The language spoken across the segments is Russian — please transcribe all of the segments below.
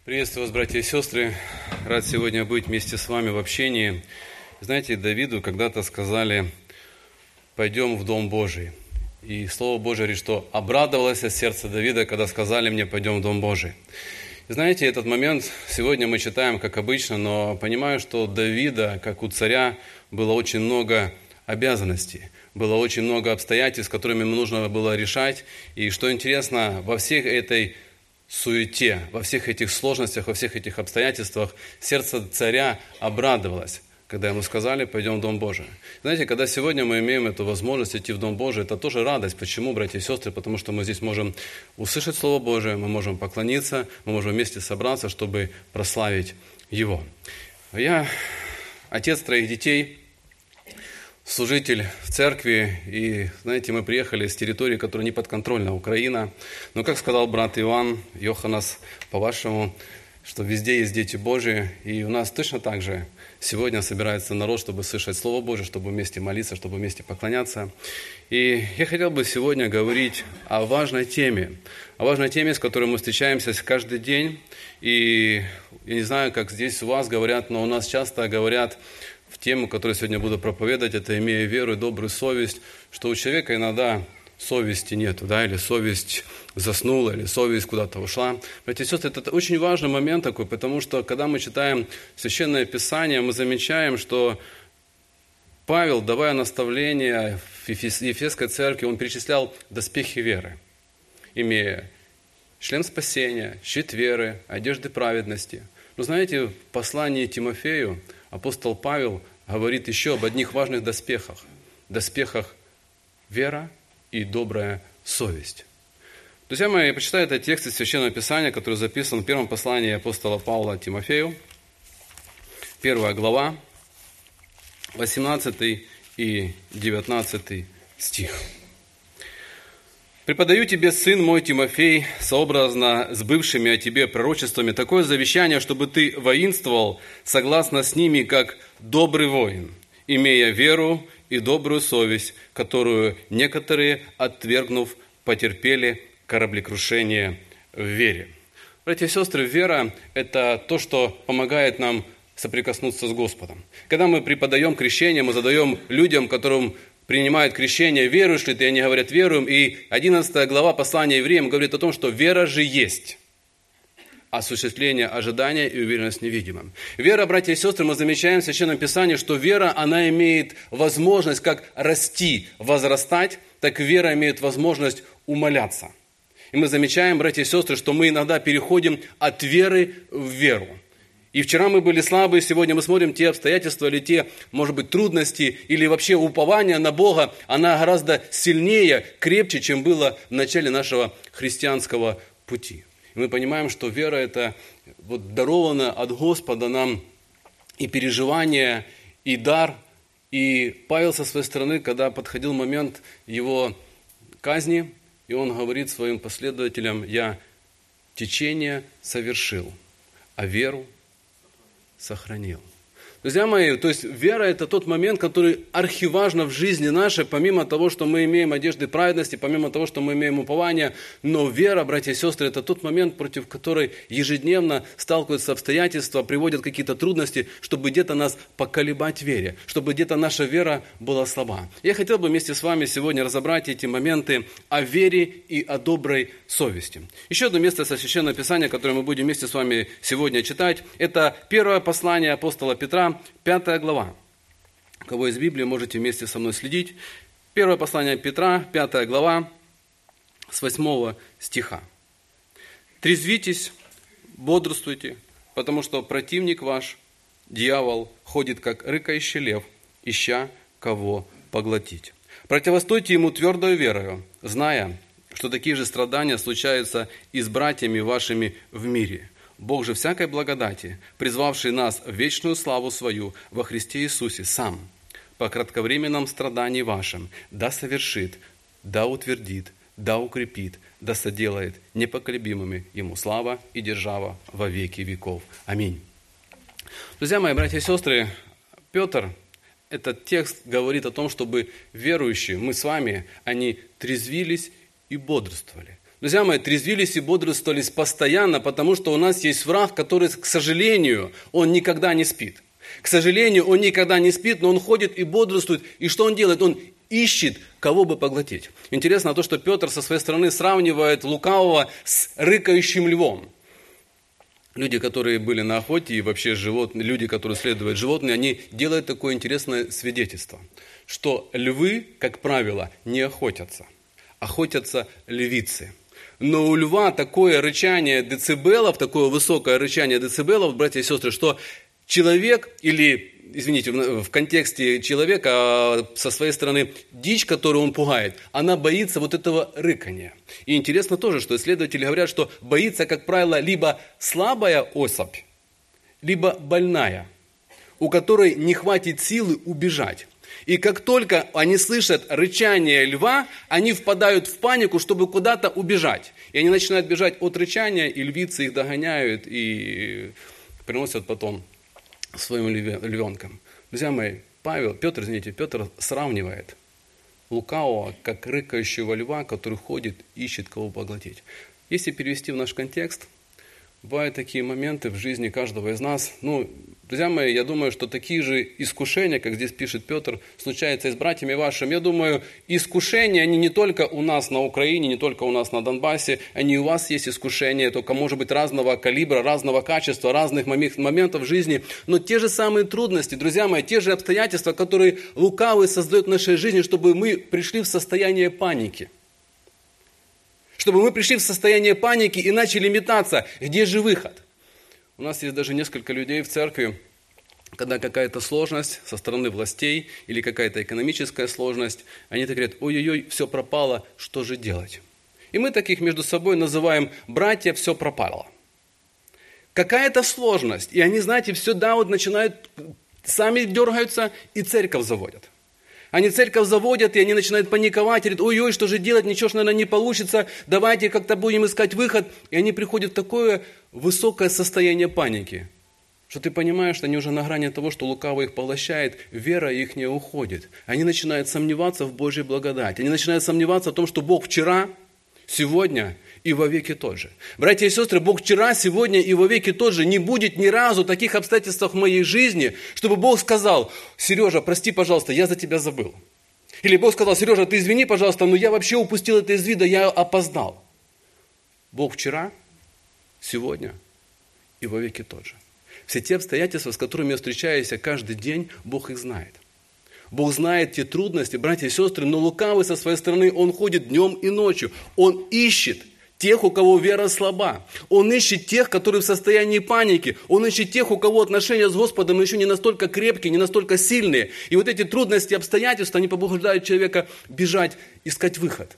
Приветствую вас, братья и сестры. Рад сегодня быть вместе с вами в общении. Знаете, Давиду когда-то сказали: «Пойдем в Дом Божий». И Слово Божие говорит, что обрадовалось сердце Давида, когда сказали мне: «Пойдем в Дом Божий». И знаете, этот момент сегодня мы читаем, как обычно, но понимаю, что у Давида, как у царя, было очень много обязанностей, было очень много обстоятельств, с которыми ему нужно было решать. И что интересно, во всей этой суете, во всех этих сложностях, во всех этих обстоятельствах сердце царя обрадовалось, когда ему сказали: «Пойдем в Дом Божий». Знаете, когда сегодня мы имеем эту возможность идти в Дом Божий, это тоже радость. Почему, братья и сестры? Потому что мы здесь можем услышать Слово Божие, мы можем поклониться, мы можем вместе собраться, чтобы прославить Его. Я отец 3 детей, служитель в церкви, и, знаете, мы приехали с территории, которая не подконтрольна, Украина. Но, как сказал брат Иван, Йоханнес, по-вашему, что везде есть дети Божьи, и у нас точно так же сегодня собирается народ, чтобы слышать Слово Божие, чтобы вместе молиться, чтобы вместе поклоняться. И я хотел бы сегодня говорить о важной теме, с которой мы встречаемся каждый день. И я не знаю, как здесь у вас говорят, но у нас часто говорят в тему, которую сегодня буду проповедовать, это имея веру и добрую совесть, что у человека иногда совести нету, или совесть заснула, или совесть куда-то ушла. Братья и сестры, это очень важный момент такой, потому что, когда мы читаем Священное Писание, мы замечаем, что Павел, давая наставления в Ефесской церкви, он перечислял доспехи веры, имея шлем спасения, щит веры, одежды праведности. Но знаете, в послании Тимофею апостол Павел говорит еще об одних важных доспехах. Доспехах вера и добрая совесть. Друзья мои, я почитаю этот текст из Священного Писания, который записан в первом послании апостола Павла Тимофею, 1 глава, 18 и 19 стих. «Преподаю тебе, сын мой Тимофей, сообразно с бывшими о тебе пророчествами, такое завещание, чтобы ты воинствовал согласно с ними, как добрый воин, имея веру и добрую совесть, которую некоторые, отвергнув, потерпели кораблекрушение в вере». Братья и сестры, вера – это то, что помогает нам соприкоснуться с Господом. Когда мы преподаем крещение, мы задаем людям, которым принимают крещение: веруешь ли ты? Они говорят: веруем. И 11 глава послания евреям говорит о том, что вера же есть осуществление ожидания и уверенность в невидимом. Вера, братья и сестры, мы замечаем в Священном Писании, что вера, она имеет возможность как расти, возрастать, так вера имеет возможность умаляться. И мы замечаем, братья и сестры, что мы иногда переходим от веры в веру. И вчера мы были слабы, сегодня мы смотрим те обстоятельства или те, может быть, трудности, или вообще упование на Бога, она гораздо сильнее, крепче, чем было в начале нашего христианского пути. И мы понимаем, что вера – это даровано от Господа нам и переживание, и дар. И Павел со своей стороны, когда подходил момент его казни, и он говорит своим последователям: «Я течение совершил, а веру сохранил». Друзья мои, то есть вера – это тот момент, который архиважно в жизни нашей, помимо того, что мы имеем одежды праведности, помимо того, что мы имеем упование, но вера, братья и сестры, это тот момент, против которой ежедневно сталкиваются обстоятельства, приводят какие-то трудности, чтобы где-то нас поколебать в вере, чтобы где-то наша вера была слаба. Я хотел бы вместе с вами сегодня разобрать эти моменты о вере и о доброй совести. Еще одно место со Священного Писания, которое мы будем вместе с вами сегодня читать, это первое послание апостола Петра, 5 глава. Кого из Библии, можете вместе со мной следить. Первое послание Петра, 5 глава, с 8 стиха. «Трезвитесь, бодрствуйте, потому что противник ваш, дьявол, ходит, как рыкающий лев, ища кого поглотить. Противостойте ему твердою верою, зная, что такие же страдания случаются и с братьями вашими в мире. Бог же всякой благодати, призвавший нас в вечную славу свою во Христе Иисусе, сам, по кратковременном страдании вашим, да совершит, да утвердит, да укрепит, да соделает непоколебимыми ему слава и держава во веки веков. Аминь». Друзья мои, братья и сестры, Петр, этот текст говорит о том, чтобы верующие, мы с вами, они трезвились и бодрствовали. Друзья мои, трезвились и бодрствовали постоянно, потому что у нас есть враг, который, к сожалению, он никогда не спит. К сожалению, он никогда не спит, но он ходит и бодрствует. И что он делает? Он ищет, кого бы поглотить. Интересно то, что Петр со своей стороны сравнивает лукавого с рыкающим львом. Люди, которые были на охоте, и вообще люди, которые следуют животные, они делают такое интересное свидетельство, что львы, как правило, не охотятся. Охотятся львицы. Но у льва такое рычание децибелов, такое высокое рычание децибелов, братья и сестры, что человек, или, извините, в контексте человека, со своей стороны, дичь, которую он пугает, она боится вот этого рыкания. И интересно тоже, что исследователи говорят, что боится, как правило, либо слабая особь, либо больная, у которой не хватит силы убежать. И как только они слышат рычание льва, они впадают в панику, чтобы куда-то убежать. И они начинают бежать от рычания, и львицы их догоняют и приносят потом своим львенкам. Друзья мои, Петр сравнивает лукавого, как рыкающего льва, который ходит, ищет кого поглотить. Если перевести в наш контекст, бывают такие моменты в жизни каждого из нас. Друзья мои, я думаю, что такие же искушения, как здесь пишет Петр, случаются и с братьями вашими. Я думаю, искушения, они не только у нас на Украине, не только у нас на Донбассе, они у вас есть искушения, только, может быть, разного калибра, разного качества, разных моментов в жизни. Но те же самые трудности, друзья мои, те же обстоятельства, которые лукавый создает в нашей жизни, чтобы мы пришли в состояние паники. Чтобы мы пришли в состояние паники и начали метаться, где же выход? У нас есть даже несколько людей в церкви, когда какая-то сложность со стороны властей или какая-то экономическая сложность, они так говорят: ой-ой-ой, все пропало, что же делать? И мы таких между собой называем братья, все пропало. Какая-то сложность, и они, знаете, начинают, сами дергаются и церковь заводят. Они церковь заводят, и они начинают паниковать, говорят: ой-ой, что же делать, ничего ж, наверное, не получится, давайте как-то будем искать выход. И они приходят в такое высокое состояние паники, что ты понимаешь, что они уже на грани того, что лукавый их поглощает, вера их не уходит. Они начинают сомневаться в Божьей благодати, они начинают сомневаться в том, что Бог вчера, сегодня и вовеки тот же. Братья и сестры, Бог вчера, сегодня и вовеки тот же. Не будет ни разу таких обстоятельств в моей жизни, чтобы Бог сказал: Сережа, прости, пожалуйста, я за тебя забыл. Или Бог сказал: Сережа, ты извини, пожалуйста, но я вообще упустил это из вида, я опоздал. Бог вчера, сегодня и вовеки тот же. Все те обстоятельства, с которыми я встречаюсь каждый день, Бог их знает. Бог знает те трудности, братья и сестры, но лукавый со своей стороны, он ходит днем и ночью. Он ищет тех, у кого вера слаба. Он ищет тех, которые в состоянии паники. Он ищет тех, у кого отношения с Господом еще не настолько крепкие, не настолько сильные. И вот эти трудности, обстоятельства, они побуждают человека бежать, искать выход.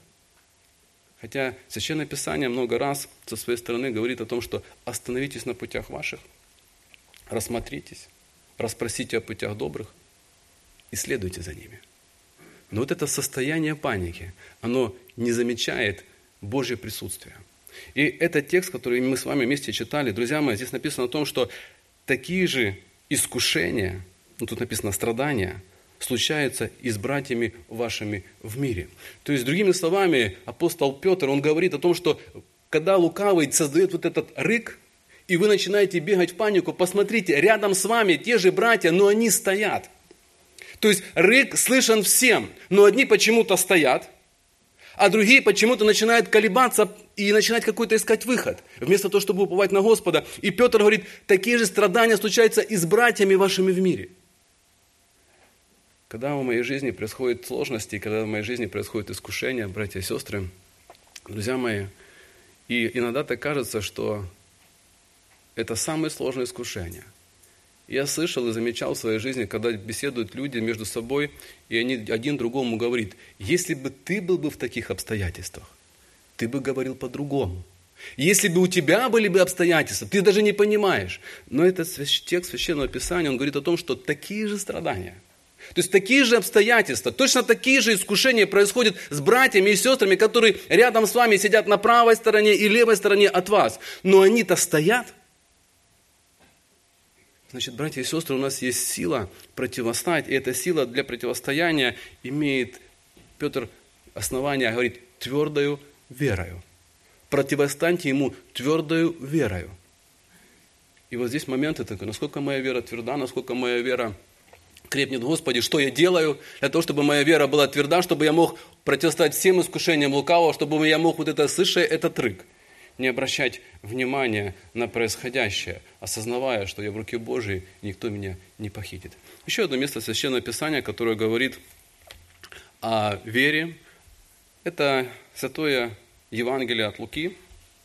Хотя Священное Писание много раз со своей стороны говорит о том, что остановитесь на путях ваших, рассмотритесь, расспросите о путях добрых и следуйте за ними. Но вот это состояние паники, оно не замечает Божье присутствие. И этот текст, который мы с вами вместе читали, друзья мои, здесь написано о том, что такие же искушения, тут написано страдания, случаются и с братьями вашими в мире. То есть, другими словами, апостол Петр, он говорит о том, что когда лукавый создает вот этот рык, и вы начинаете бегать в панику, посмотрите, рядом с вами те же братья, но они стоят. То есть рык слышен всем, но одни почему-то стоят, а другие почему-то начинают колебаться и начинать какой-то искать выход, вместо того, чтобы уповать на Господа. И Петр говорит: такие же страдания случаются и с братьями вашими в мире. Когда в моей жизни происходят сложности, когда в моей жизни происходят искушения, братья и сестры, друзья мои, и иногда так кажется, что это самые сложные искушения. Я слышал и замечал в своей жизни, когда беседуют люди между собой, и они один другому говорит: если бы ты был бы в таких обстоятельствах, ты бы говорил по-другому. Если бы у тебя были бы обстоятельства, ты даже не понимаешь. Но этот текст Священного Писания, он говорит о том, что такие же страдания, то есть такие же обстоятельства, точно такие же искушения происходят с братьями и сестрами, которые рядом с вами сидят на правой стороне и левой стороне от вас. Но они-то стоят. Значит, братья и сестры, у нас есть сила противостать, и эта сила для противостояния имеет, Петр, основание, говорит, твердою верою. противостаньте ему твердою верою. И вот здесь моменты такие, насколько моя вера тверда, насколько моя вера крепнет. Господи, что я делаю для того, чтобы моя вера была тверда, чтобы я мог противостоять всем искушениям лукавого, чтобы я мог вот это, слышать этот рык, не обращать внимания на происходящее, осознавая, что я в руке Божьей, и никто меня не похитит. Еще одно место Священного Писания, которое говорит о вере, это Святое Евангелие от Луки,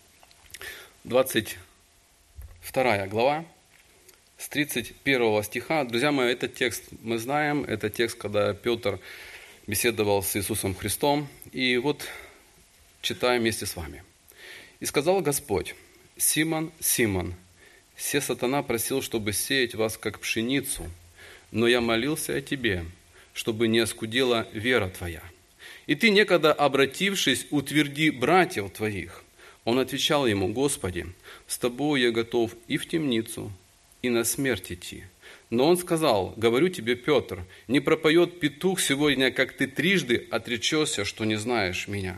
22 глава, с 31 стиха. Друзья мои, этот текст мы знаем, это текст, когда Петр беседовал с Иисусом Христом. И вот читаем вместе с вами. «И сказал Господь: Симон, Симон, се сатана просил, чтобы сеять вас, как пшеницу, но я молился о тебе, чтобы не оскудела вера твоя. И ты, некогда обратившись, утверди братьев твоих». Он отвечал ему: Господи, с тобою я готов и в темницу, и на смерть идти. Но он сказал: говорю тебе, Петр, не пропоет петух сегодня, как ты трижды отречешься, что не знаешь меня.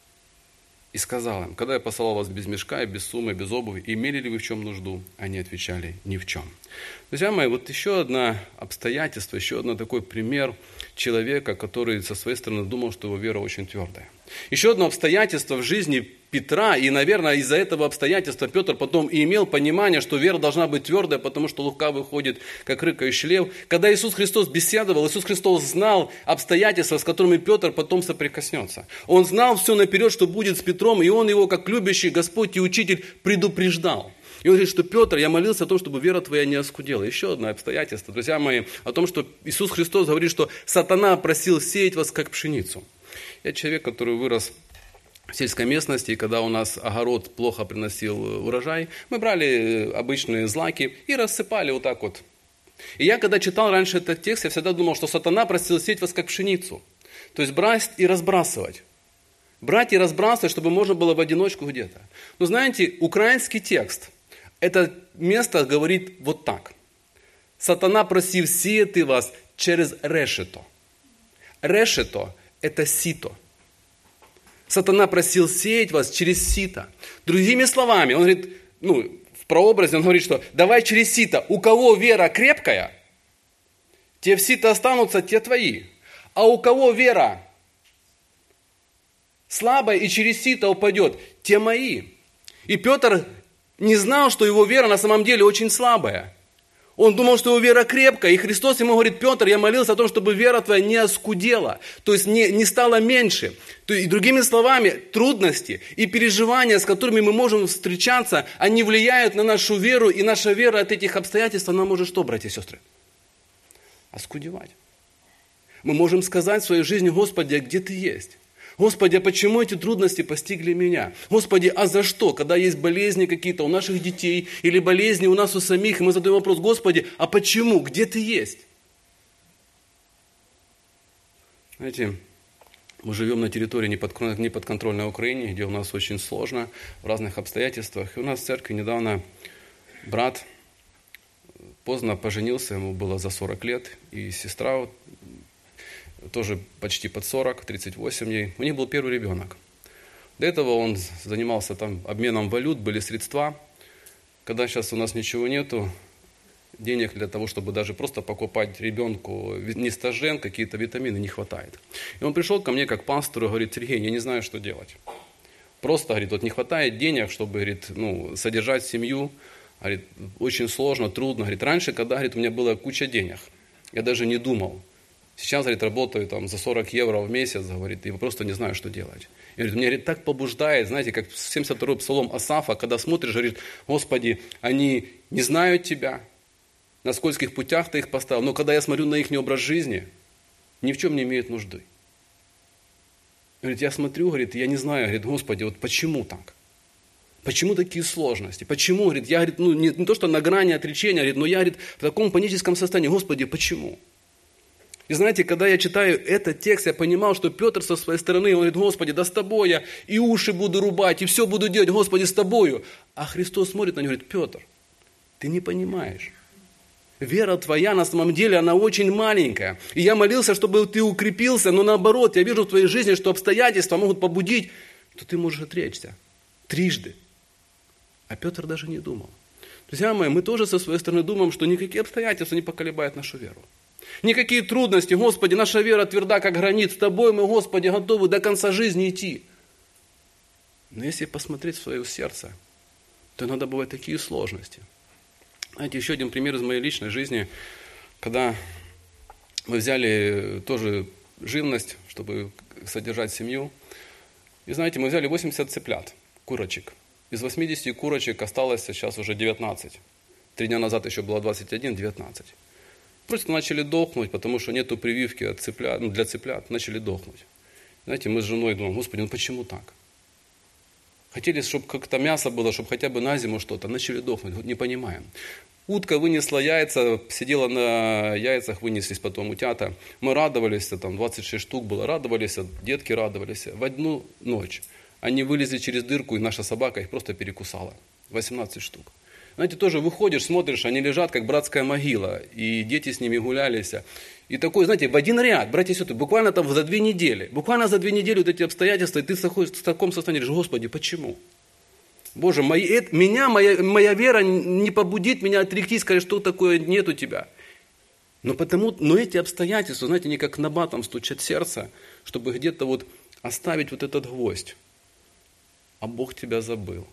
И сказал им: когда я послал вас без мешка, и без суммы, без обуви, имели ли вы в чем нужду? Они отвечали: ни в чем. Друзья мои, вот еще одно обстоятельство, еще один такой пример человека, который со своей стороны думал, что его вера очень твердая. Еще одно обстоятельство в жизни Петра, и, наверное, из-за этого обстоятельства Петр потом и имел понимание, что вера должна быть твердая, потому что лукавый ходит, как рыкающий лев. Когда Иисус Христос беседовал, Иисус Христос знал обстоятельства, с которыми Петр потом соприкоснется. Он знал все наперед, что будет с Петром, и он его, как любящий Господь и Учитель, предупреждал. И он говорит, что Петр, я молился о том, чтобы вера твоя не оскудела. Еще одно обстоятельство, друзья мои, о том, что Иисус Христос говорит, что сатана просил сеять вас, как пшеницу. Я человек, который вырос в сельской местности, и когда у нас огород плохо приносил урожай, мы брали обычные злаки и рассыпали вот так вот. И я, когда читал раньше этот текст, я всегда думал, что сатана просил сеять вас, как пшеницу. То есть брать и разбрасывать. Брать и разбрасывать, чтобы можно было в одиночку где-то. Но знаете, украинский текст, это место говорит вот так. Сатана просив сіяти вас через решето. Решето – это сито. Сатана просил сеять вас через сито. Другими словами, он говорит, в прообразе он говорит, что давай через сито. У кого вера крепкая, те в сито останутся, те твои. А у кого вера слабая и через сито упадет, те мои. И Петр не знал, что его вера на самом деле очень слабая. Он думал, что его вера крепкая, и Христос ему говорит: Петр, я молился о том, чтобы вера твоя не оскудела, то есть не стала меньше. То есть, другими словами, трудности и переживания, с которыми мы можем встречаться, они влияют на нашу веру, и наша вера от этих обстоятельств, она может что, братья и сестры? Оскудевать. Мы можем сказать в своей жизни: Господи, а где ты есть? Господи, а почему эти трудности постигли меня? Господи, а за что? Когда есть болезни какие-то у наших детей или болезни у нас у самих, и мы задаем вопрос: Господи, а почему? Где ты есть? Знаете, мы живем на территории неподконтрольной Украине, где у нас очень сложно в разных обстоятельствах. И у нас в церкви недавно брат поздно поженился, ему было за 40 лет, и сестра тоже почти под 40, 38 ей. У них был первый ребенок. До этого он занимался там обменом валют, были средства. Когда сейчас у нас ничего нету, денег для того, чтобы даже просто покупать ребенку нестажен, какие-то витамины не хватает. И он пришел ко мне как пастору и говорит: Сергей, я не знаю, что делать. Просто, говорит, вот не хватает денег, чтобы, говорит, содержать семью. Говорит, очень сложно, трудно. Говорит, раньше, когда, говорит, у меня была куча денег, я даже не думал. Сейчас, говорит, работаю там за 40 евро в месяц, говорит, и просто не знаю, что делать. И говорит, меня, говорит, так побуждает, знаете, как 72-й псалом Асафа, когда смотришь, говорит: Господи, они не знают Тебя, на скользких путях Ты их поставил, но когда я смотрю на их образ жизни, ни в чем не имеют нужды. Говорит, я смотрю, говорит, я не знаю, говорит, Господи, вот почему так? Почему такие сложности? Почему, говорит, я, говорит, не то, что на грани отречения, говорит, но я, говорит, в таком паническом состоянии. Господи, почему? И знаете, когда я читаю этот текст, я понимал, что Петр со своей стороны, он говорит: Господи, да с тобой я и уши буду рубать, и все буду делать, Господи, с тобою. А Христос смотрит на него и говорит: Петр, ты не понимаешь. Вера твоя на самом деле, она очень маленькая. И я молился, чтобы ты укрепился, но наоборот, я вижу в твоей жизни, что обстоятельства могут побудить, то ты можешь отречься. трижды. А Петр даже не думал. Друзья мои, мы тоже со своей стороны думаем, что никакие обстоятельства не поколебают нашу веру. Никакие трудности, Господи, наша вера тверда, как гранит. С Тобой мы, Господи, готовы до конца жизни идти. Но если посмотреть в свое сердце, то иногда бывают такие сложности. Знаете, еще один пример из моей личной жизни, когда мы взяли тоже живность, чтобы содержать семью. И знаете, мы взяли 80 цыплят, курочек. Из 80 курочек осталось сейчас уже 19. 3 дня назад еще было 21, 19. Просто начали дохнуть, потому что нету прививки от цыплят, для цыплят, начали дохнуть. Знаете, мы с женой думаем, Господи, почему так? Хотели, чтобы как-то мясо было, чтобы хотя бы на зиму что-то, начали дохнуть, не понимаем. Утка вынесла яйца, сидела на яйцах, вынеслись потом утята. Мы радовались, там 26 штук было, радовались, детки радовались. В одну ночь они вылезли через дырку, и наша собака их просто перекусала. 18 штук. Знаете, тоже выходишь, смотришь, они лежат, как братская могила, и дети с ними гулялись. И такой, знаете, в один ряд, братья и сестры, буквально там за 2 недели. Буквально за 2 недели вот эти обстоятельства, и ты в таком состоянии говоришь, Господи, почему? Боже, моя вера не побудит меня отректи, сказать, что такое нет у тебя. Но эти обстоятельства, знаете, они как набатом стучат в сердце, чтобы где-то вот оставить вот этот гвоздь. А Бог тебя забыл.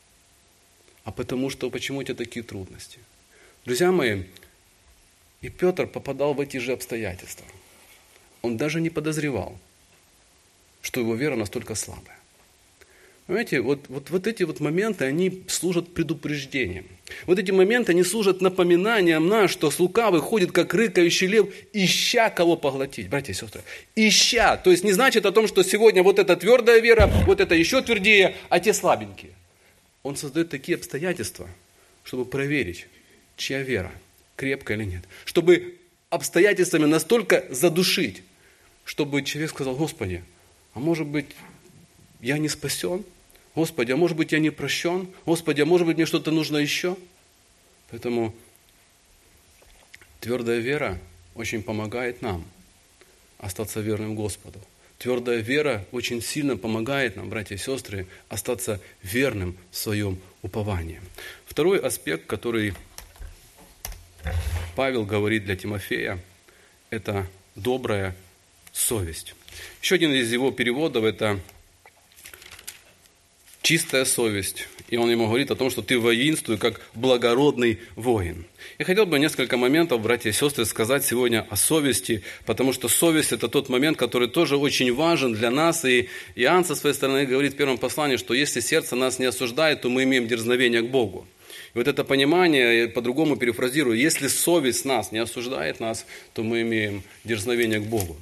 А почему у тебя такие трудности? Друзья мои, и Петр попадал в эти же обстоятельства. Он даже не подозревал, что его вера настолько слабая. Понимаете, вот эти вот моменты, они служат предупреждением. Вот эти моменты, они служат напоминанием нам, что с лукавый ходит, как рыкающий лев, ища кого поглотить. Братья и сестры, ища. То есть не значит о том, что сегодня вот эта твердая вера, вот это еще твердее, а те слабенькие. Он создает такие обстоятельства, чтобы проверить, чья вера крепкая или нет. Чтобы обстоятельствами настолько задушить, чтобы человек сказал, Господи, а может быть, я не спасен? Господи, а может быть, я не прощен? Господи, а может быть, мне что-то нужно еще? Поэтому твердая вера очень помогает нам остаться верным Господу. Твердая вера очень сильно помогает нам, братья и сестры, остаться верным в своем уповании. Второй аспект, который Павел говорит для Тимофея, это добрая совесть. Еще один из его переводов – это чистая совесть. И он ему говорит о том, что ты воинствуй, как благородный воин. Я хотел бы несколько моментов, братья и сестры, сказать сегодня о совести, потому что совесть – это тот момент, который тоже очень важен для нас. И Иоанн со своей стороны говорит в первом послании, что если сердце нас не осуждает, то мы имеем дерзновение к Богу. И вот это понимание, я по-другому перефразирую, если совесть нас не осуждает нас, то мы имеем дерзновение к Богу.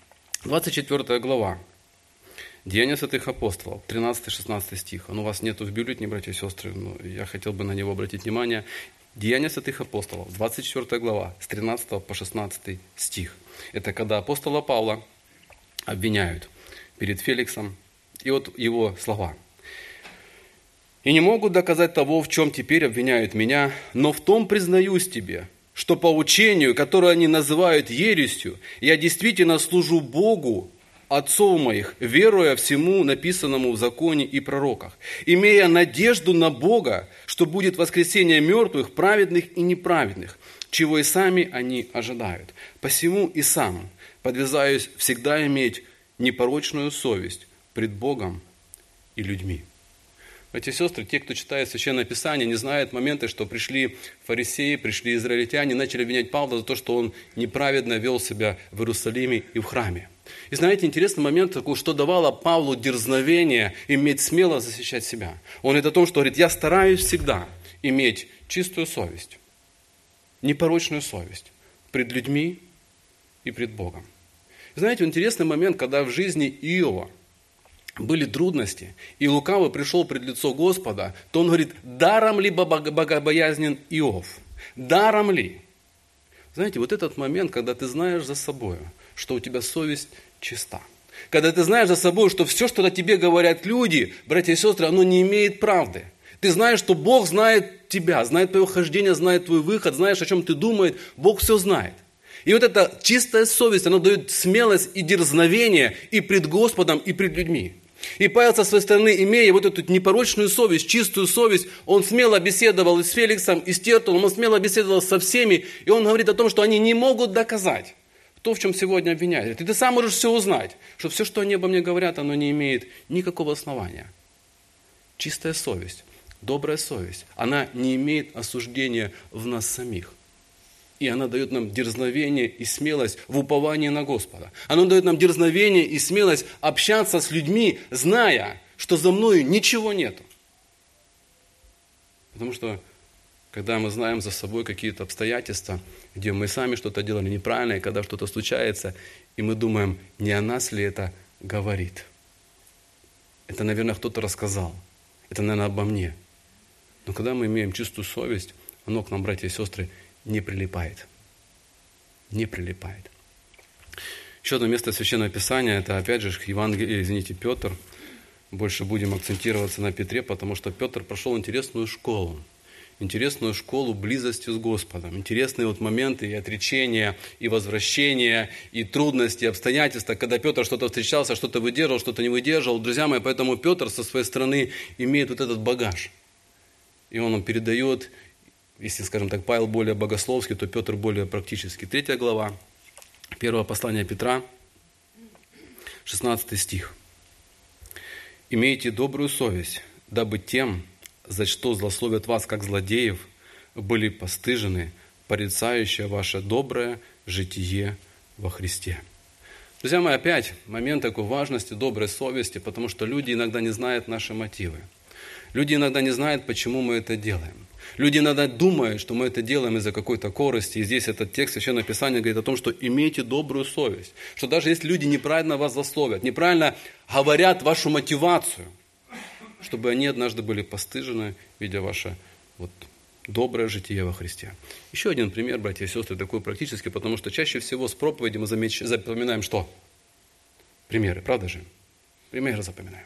24 глава. Деяния святых апостолов, 13-16 стих. Он у вас нету в бюллетене, братья и сестры, но я хотел бы на него обратить внимание. Деяния святых апостолов, 24 глава, с 13 по 16 стих. Это когда апостола Павла обвиняют перед Феликсом. И вот его слова. «И не могут доказать того, в чем теперь обвиняют меня, но в том признаюсь тебе, что по учению, которое они называют ересью, я действительно служу Богу, отцов моих, веруя всему написанному в законе и пророках, имея надежду на Бога, что будет воскресение мертвых, праведных и неправедных, чего и сами они ожидают. Посему и сам подвязаюсь всегда иметь непорочную совесть пред Богом и людьми». Братья и сестры, те, кто читает Священное Писание, не знают моменты, что пришли фарисеи, пришли израильтяне, начали обвинять Павла за то, что он неправедно вел себя в Иерусалиме и в храме. И знаете, интересный момент такой, что давало Павлу дерзновение иметь смело защищать себя. Он говорит о том, что говорит, я стараюсь всегда иметь чистую совесть, непорочную совесть пред людьми и пред Богом. И знаете, интересный момент, когда в жизни Иова были трудности, и лукавый пришел пред лицо Господа, то он говорит, даром ли богобоязнен Иов? Даром ли? Знаете, вот этот момент, когда ты знаешь за собой, что у тебя совесть чиста. Когда ты знаешь за собой, что все, что о тебе говорят люди, братья и сестры, оно не имеет правды. Ты знаешь, что Бог знает тебя, знает твое хождение, знает твой выход, знаешь, о чем ты думаешь, Бог все знает. И вот эта чистая совесть, она дает смелость и дерзновение и пред Господом, и пред людьми. И Павел со своей стороны, имея вот эту непорочную совесть, чистую совесть, он смело беседовал и с Феликсом, и с Тертулом, он смело беседовал со всеми, и он говорит о том, что они не могут доказать то, в чем сегодня обвиняют. И ты сам можешь все узнать, что все, что они обо мне говорят, оно не имеет никакого основания. Чистая совесть, добрая совесть, она не имеет осуждения в нас самих. И она дает нам дерзновение и смелость в уповании на Господа. Она дает нам дерзновение и смелость общаться с людьми, зная, что за мною ничего нету. Потому что, когда мы знаем за собой какие-то обстоятельства, где мы сами что-то делали неправильно, и когда что-то случается, и мы думаем, не о нас ли это говорит. Это, наверное, кто-то рассказал. Это, наверное, обо мне. Но когда мы имеем чистую совесть, оно к нам, братья и сестры, не прилипает. Не прилипает. Еще одно место Священного Писания, это опять же Евангелие, Петр. Больше будем акцентироваться на Петре, потому что Петр прошел интересную школу близости с Господом. Интересные вот моменты и отречения, и возвращения, и трудности, и обстоятельства, когда Петр что-то встречался, что-то выдерживал, что-то не выдерживал. Друзья мои, поэтому Петр со своей стороны имеет вот этот багаж. И он передает. Если, скажем так, Павел более богословский, то Петр более практический. 3 глава, 1 послание Петра, 16 стих. «Имейте добрую совесть, дабы тем, за что злословят вас, как злодеев, были постыжены, порицающие ваше доброе житие во Христе». Друзья мои, опять момент такой важности доброй совести, потому что люди иногда не знают наши мотивы. Люди иногда не знают, почему мы это делаем. Люди иногда думают, что мы это делаем из-за какой-то корысти. И здесь этот текст Священного Писания говорит о том, что имейте добрую совесть. Что даже если люди неправильно вас злословят, неправильно говорят вашу мотивацию, чтобы они однажды были постыжены, видя ваше доброе житие во Христе. Еще один пример, братья и сестры, такой практический, потому что чаще всего с проповеди мы запоминаем что? Примеры, правда же? Примеры запоминаем.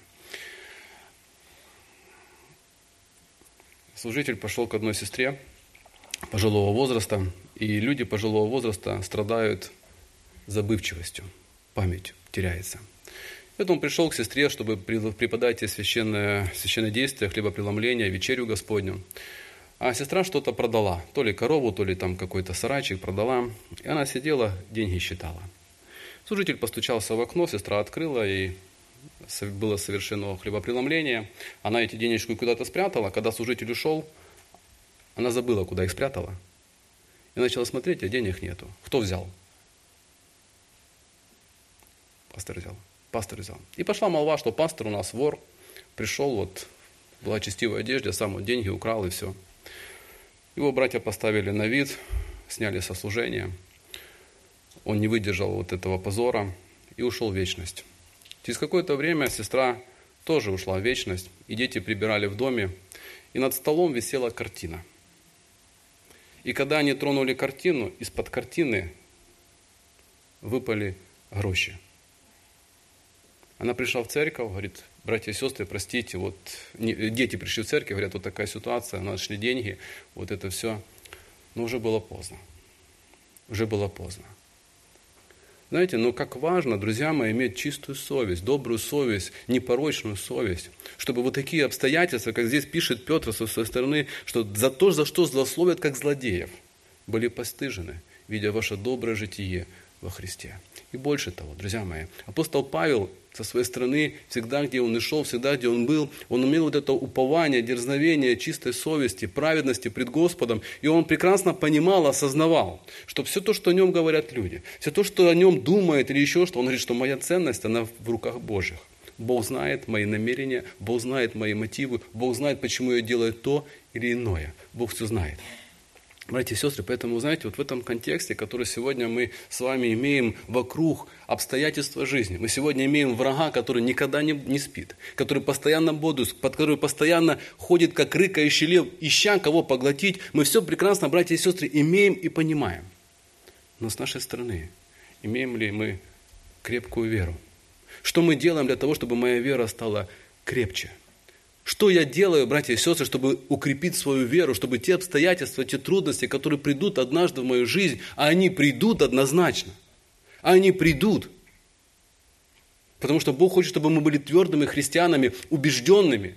Служитель пошел к одной сестре пожилого возраста, и люди пожилого возраста страдают забывчивостью, память теряется. Поэтому он пришел к сестре, чтобы преподать ей священное действие, хлебопреломление, вечерю Господню. А сестра что-то продала, то ли корову, то ли там какой-то сарайчик продала, и она сидела, деньги считала. Служитель постучался в окно, сестра открыла, и было совершено хлебопреломление. Она эти денежки куда-то спрятала. Когда служитель ушел, она забыла, куда их спрятала. И начала смотреть, а денег нету. Кто взял? Пастор взял. И пошла молва, что пастор у нас вор. Пришел, в благочестивой одежде, сам деньги украл и все. Его братья поставили на вид, сняли со служения. Он не выдержал этого позора и ушел в вечность. Через какое-то время сестра тоже ушла в вечность, и дети прибирали в доме, и над столом висела картина. И когда они тронули картину, из-под картины выпали гроши. Она пришла в церковь, говорит, братья и сестры, простите, дети пришли в церковь, говорят, такая ситуация, нашли деньги, это все. Но уже было поздно. Знаете, как важно, друзья мои, иметь чистую совесть, добрую совесть, непорочную совесть, чтобы такие обстоятельства, как здесь пишет Петр со своей стороны, что за то, за что злословят, как злодеев, были постыжены, видя ваше доброе житие во Христе. И больше того, друзья мои, апостол Павел со своей стороны, всегда, где он и шел, всегда, где он был, он имел это упование, дерзновение, чистой совести, праведности пред Господом. И он прекрасно понимал, осознавал, что все то, что о нем говорят люди, все то, что о нем думает или еще что, он говорит, что моя ценность, она в руках Божьих. Бог знает мои намерения, Бог знает мои мотивы, Бог знает, почему я делаю то или иное. Бог все знает. Братья и сестры, поэтому, знаете, в этом контексте, который сегодня мы с вами имеем вокруг обстоятельства жизни, мы сегодня имеем врага, который никогда не спит, который постоянно бодрствует, который постоянно ходит, как рыкающий лев, ища кого поглотить, мы все прекрасно, братья и сестры, имеем и понимаем. Но с нашей стороны, имеем ли мы крепкую веру? Что мы делаем для того, чтобы моя вера стала крепче? Что я делаю, братья и сестры, чтобы укрепить свою веру, чтобы те обстоятельства, те трудности, которые придут однажды в мою жизнь, а они придут однозначно, они придут. Потому что Бог хочет, чтобы мы были твердыми христианами, убежденными.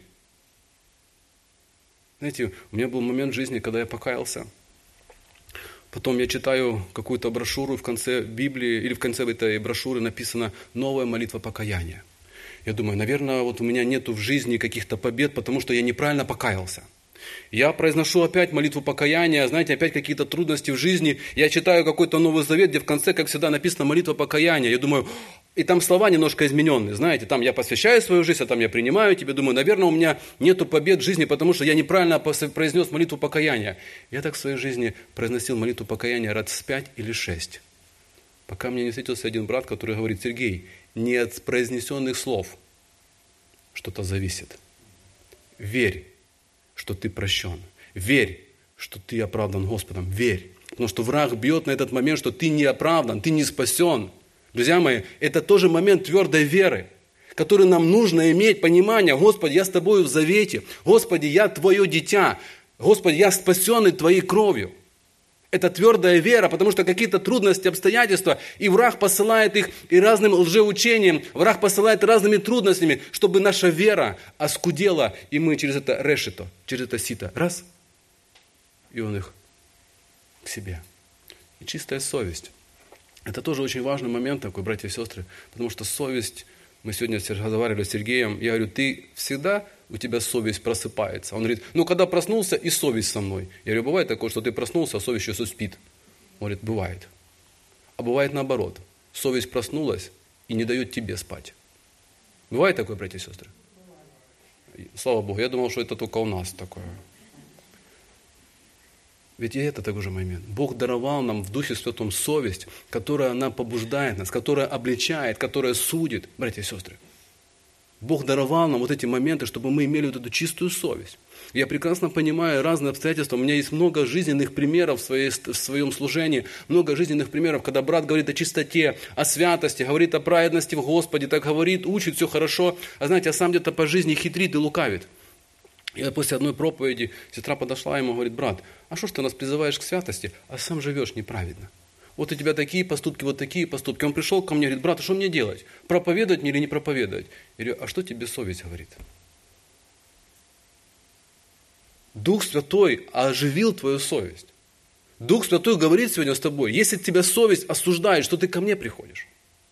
Знаете, у меня был момент в жизни, когда я покаялся. Потом я читаю какую-то брошюру в конце Библии, или в конце этой брошюры написано «Новая молитва покаяния». Я думаю, наверное, вот у меня нету в жизни каких-то побед, потому что я неправильно покаялся. Я произношу опять молитву покаяния, знаете, опять какие-то трудности в жизни. Я читаю какой-то Новый Завет, где в конце, как всегда, написано молитва покаяния. Я думаю, и там слова немножко измененные, знаете, там я посвящаю свою жизнь, а там я принимаю тебя. Думаю, наверное, у меня нету побед в жизни, потому что я неправильно произнес молитву покаяния. Я так в своей жизни произносил молитву покаяния раз 5 или 6. Пока мне не встретился один брат, который говорит: Сергей, не от произнесенных слов что-то зависит. Верь, что ты прощен. Верь, что ты оправдан Господом. Верь. Потому что враг бьет на этот момент, что ты не оправдан, ты не спасен. Друзья мои, это тоже момент твердой веры, который нам нужно иметь понимание. Господи, я с тобою в завете. Господи, я твое дитя. Господи, я спасенный твоей кровью. Это твердая вера, потому что какие-то трудности, обстоятельства, и враг посылает их и разным лжеучением, враг посылает разными трудностями, чтобы наша вера оскудела, и мы через это решето, через это сито, раз, и он их к себе. И чистая совесть. Это тоже очень важный момент такой, братья и сестры, потому что совесть, мы сегодня разговаривали с Сергеем, я говорю, ты всегда, у тебя совесть просыпается. Он говорит, когда проснулся, и совесть со мной. Я говорю, бывает такое, что ты проснулся, а совесть еще спит? Он говорит, бывает. А бывает наоборот. Совесть проснулась и не дает тебе спать. Бывает такое, братья и сестры? Слава Богу, я думал, что это только у нас такое. Ведь и это такой же момент. Бог даровал нам в Духе Святом совесть, которая она побуждает нас, которая обличает, которая судит, братья и сестры. Бог даровал нам вот эти моменты, чтобы мы имели вот эту чистую совесть. Я прекрасно понимаю разные обстоятельства. У меня есть много жизненных примеров в своем служении, много жизненных примеров, когда брат говорит о чистоте, о святости, говорит о праведности в Господе, так говорит, учит, все хорошо, а знаете, а сам где-то по жизни хитрит и лукавит. И после одной проповеди сестра подошла ему и говорит, брат, а что ж ты нас призываешь к святости, а сам живешь неправедно? Вот у тебя такие поступки, вот такие поступки. Он пришел ко мне и говорит, брат, а что мне делать? Проповедовать мне или не проповедовать? Я говорю, а что тебе совесть говорит? Дух Святой оживил твою совесть. Дух Святой говорит сегодня с тобой, если тебя совесть осуждает, что ты ко мне приходишь.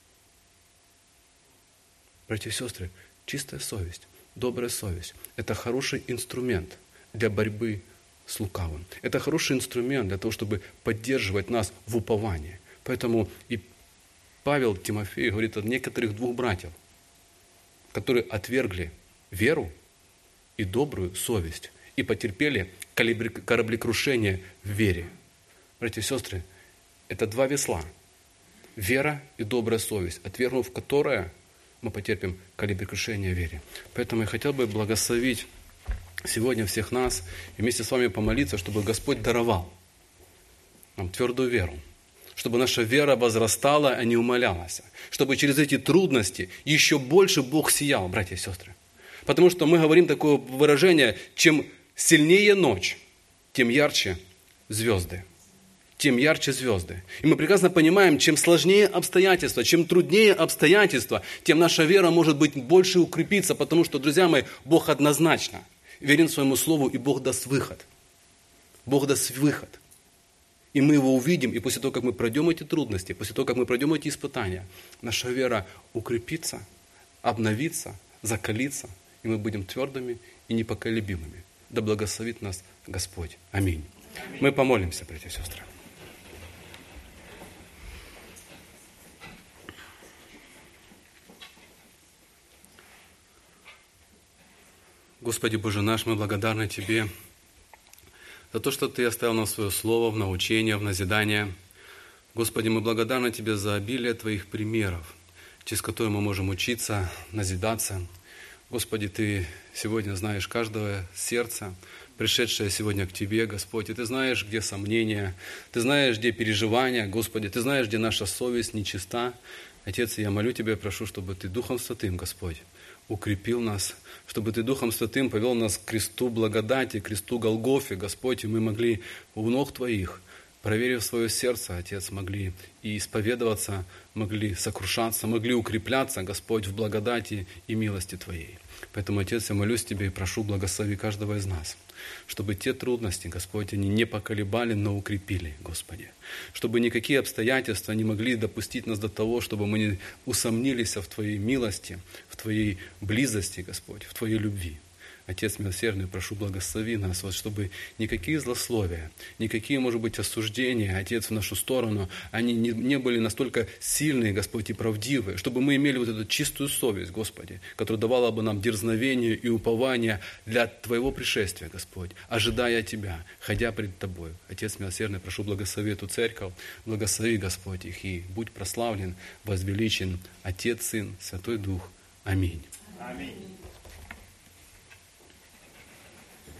Братья и сестры, чистая совесть, добрая совесть – это хороший инструмент для борьбы с лукавым. Это хороший инструмент для того, чтобы поддерживать нас в уповании. Поэтому и Павел Тимофею говорит о некоторых двух братьев, которые отвергли веру и добрую совесть и потерпели кораблекрушение в вере. Братья и сестры, это два весла. Вера и добрая совесть, отвергнув которое мы потерпим кораблекрушение в вере. Поэтому я хотел бы благословить сегодня всех нас и вместе с вами помолиться, чтобы Господь даровал нам твердую веру, чтобы наша вера возрастала, а не умалялась, чтобы через эти трудности еще больше Бог сиял, братья и сестры. Потому что мы говорим такое выражение, чем сильнее ночь, тем ярче звезды. Тем ярче звезды. И мы прекрасно понимаем, чем сложнее обстоятельства, чем труднее обстоятельства, тем наша вера может быть больше укрепиться, потому что, друзья мои, Бог однозначно верен своему слову, и Бог даст выход. Бог даст выход. И мы его увидим, и после того, как мы пройдем эти трудности, после того, как мы пройдем эти испытания, наша вера укрепится, обновится, закалится, и мы будем твердыми и непоколебимыми. Да благословит нас Господь. Аминь. Мы помолимся, братья и сестры. Господи Боже наш, мы благодарны Тебе за то, что Ты оставил нам свое слово в научение, в назидание. Господи, мы благодарны Тебе за обилие Твоих примеров, через которые мы можем учиться, назидаться. Господи, Ты сегодня знаешь каждое сердце, пришедшее сегодня к Тебе, Господь. И Ты знаешь, где сомнения, Ты знаешь, где переживания, Господи. Ты знаешь, где наша совесть нечиста. Отец, я молю Тебя и прошу, чтобы Ты Духом Святым, Господь, укрепил нас, чтобы Ты Духом Святым повел нас к кресту благодати, к кресту Голгофе, Господь, и мы могли у ног Твоих проверив свое сердце, Отец, могли и исповедоваться, могли сокрушаться, могли укрепляться, Господь, в благодати и милости Твоей. Поэтому, Отец, я молюсь Тебе и прошу, благослови каждого из нас, чтобы те трудности, Господь, они не поколебали, но укрепили, Господи. Чтобы никакие обстоятельства не могли допустить нас до того, чтобы мы не усомнились в Твоей милости, в Твоей близости, Господь, в Твоей любви. Отец милосердный, прошу, благослови нас, вот, чтобы никакие злословия, никакие, может быть, осуждения, Отец, в нашу сторону, они не были настолько сильные, Господь, и правдивые, чтобы мы имели вот эту чистую совесть, Господи, которая давала бы нам дерзновение и упование для Твоего пришествия, Господь, ожидая Тебя, ходя пред Тобой. Отец милосердный, прошу, благослови эту церковь, благослови, Господь, их, и будь прославлен, возвеличен Отец, Сын, Святой Дух. Аминь. Аминь.